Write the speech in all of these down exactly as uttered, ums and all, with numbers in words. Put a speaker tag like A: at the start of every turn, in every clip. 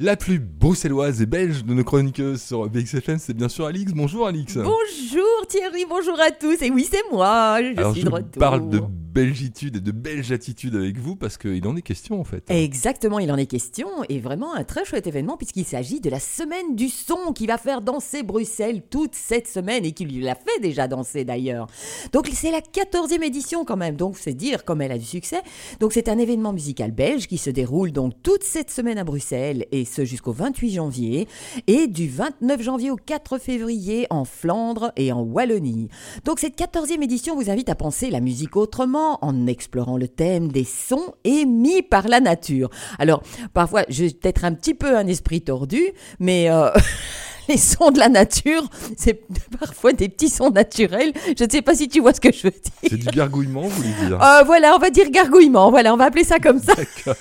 A: La plus bruxelloise et belge de nos chroniqueuses sur B X F M, c'est bien sûr Alix. Bonjour Alix.
B: Bonjour Thierry, bonjour à tous. Et oui, c'est moi, je
A: Alors,
B: suis
A: je
B: de retour.
A: parle de belgitude et de belge attitude avec vous parce qu'il en est question en fait.
B: Exactement, il en est question et vraiment un très chouette événement puisqu'il s'agit de la semaine du son qui va faire danser Bruxelles toute cette semaine et qui l'a fait déjà danser d'ailleurs. Donc c'est la quatorzième édition quand même, donc c'est dire comme elle a du succès. Donc c'est un événement musical belge qui se déroule donc toute cette semaine à Bruxelles et ce jusqu'au vingt-huit janvier et du vingt-neuf janvier au quatre février en Flandre et en Wallonie. Donc cette quatorzième édition vous invite à penser la musique autrement en explorant le thème des sons émis par la nature. Alors, parfois, j'ai peut-être un petit peu un esprit tordu, mais euh, les sons de la nature, c'est parfois des petits sons naturels. Je ne sais pas si tu vois ce que je veux dire.
A: C'est du gargouillement, vous voulez dire
B: euh, Voilà, on va dire gargouillement. Voilà, on va appeler ça comme ça.
A: D'accord.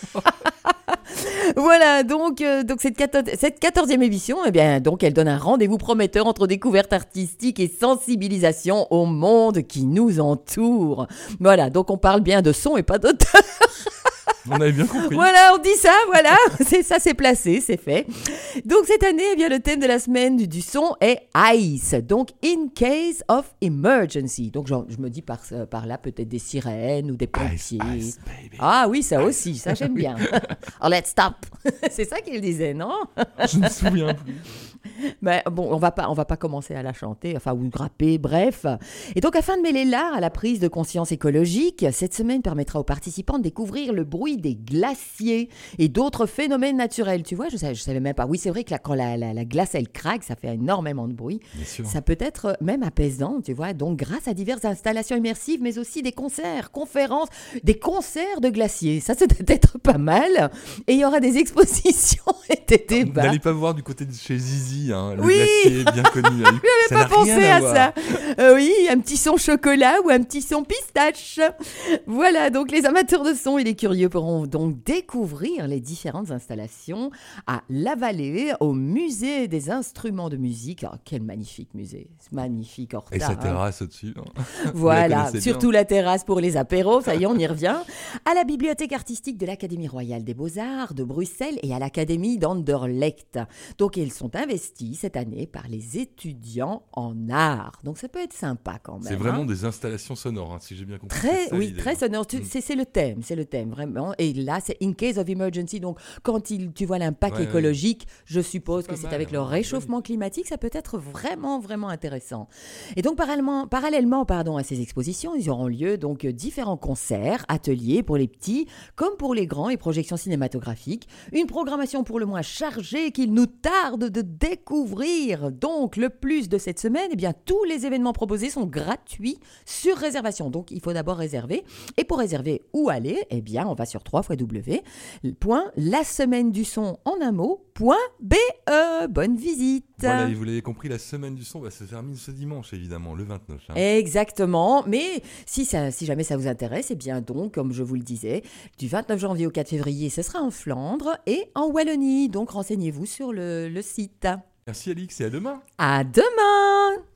B: Voilà, donc, euh, donc cette, quatorze, cette quatorzième édition, eh bien, donc elle donne un rendez-vous prometteur entre découverte artistique et sensibilisation au monde qui nous entoure. Voilà, donc on parle bien de son et pas d'auteur.
A: On avait bien compris.
B: Voilà, on dit ça, voilà, c'est ça, c'est placé, c'est fait. Donc cette année, eh bien, le thème de la semaine du, du son est Ice, donc In Case of Emergency. Donc genre, je me dis par, par là peut-être des sirènes ou des pompiers.
A: Ice, ice, baby.
B: Ah oui, ça aussi, ça j'aime bien. Oh, let's stop. C'est ça qu'il disait, non?
A: Je ne me souviens plus.
B: Mais bon, on va pas, on va pas commencer à la chanter, enfin ou grapper, bref. Et donc, afin de mêler l'art à la prise de conscience écologique, cette semaine permettra aux participants de découvrir le bruit des glaciers et d'autres phénomènes naturels. Tu vois, je savais, je savais même pas. Oui, c'est vrai que la, quand la, la, la glace elle craque, ça fait énormément de bruit.
A: Bien sûr.
B: Ça peut être même apaisant, tu vois. Donc, grâce à diverses installations immersives, mais aussi des concerts, conférences, des concerts de glaciers. Ça, c'est peut-être pas mal. Et il y aura des expositions et des débats.
A: N'allez pas voir du côté de chez Zizi, hein, le
B: Oui.
A: glacier bien connu.
B: Je n'avais pas pensé à, à ça. Euh, oui, un petit son chocolat ou un petit son pistache. Voilà, donc les amateurs de son et les curieux pourront donc découvrir les différentes installations à La Vallée, au musée des instruments de musique. Oh, quel magnifique musée, magnifique hors
A: Et sa
B: hein.
A: terrasse au-dessus. Hein.
B: Voilà,
A: la
B: surtout
A: bien.
B: La terrasse pour les apéros, ça y est, on y revient. À la bibliothèque artistique de l'Académie royale des beaux-arts de Bruxelles et à l'Académie d'Anderlecht. Donc, ils sont investis cette année par les étudiants en art. Donc, ça peut être sympa quand même.
A: C'est vraiment
B: hein.
A: des installations sonores, hein, si j'ai bien compris.
B: Très,
A: ça,
B: oui,
A: l'idée,
B: très
A: hein.
B: sonore. Tu-
A: Mm.
B: C'est, c'est le thème, c'est le thème, vraiment. Et là, c'est in case of emergency. Donc, quand il, tu vois l'impact
A: Ouais,
B: écologique, je suppose
A: C'est
B: que
A: pas
B: c'est
A: mal,
B: avec le
A: hein,
B: réchauffement climatique, ça peut être vraiment, vraiment intéressant. Et donc, parallèlement, parallèlement pardon, à ces expositions, ils auront lieu donc euh, différents concerts, ateliers pour les petits comme pour les grands et projections cinématographiques. Une programmation pour le moins chargée qu'il nous tarde de découvrir. Donc, le plus de cette semaine, eh bien, tous les événements proposés sont gratuits sur réservation. Donc, il faut d'abord réserver. Et pour réserver où aller, eh bien, on va sur w w w point la semaine du son en un mot point b e. Bonne visite.
A: Voilà, et vous l'avez compris, la semaine du son va se terminer ce dimanche, évidemment, le vingt-neuf. Hein.
B: Exactement, mais si, ça, si jamais ça vous intéresse, eh bien donc, comme je vous le disais, du vingt-neuf janvier au quatre février, ce sera en Flandre et en Wallonie. Donc, renseignez-vous sur le, le site.
A: Merci Alix et à demain.
B: À demain!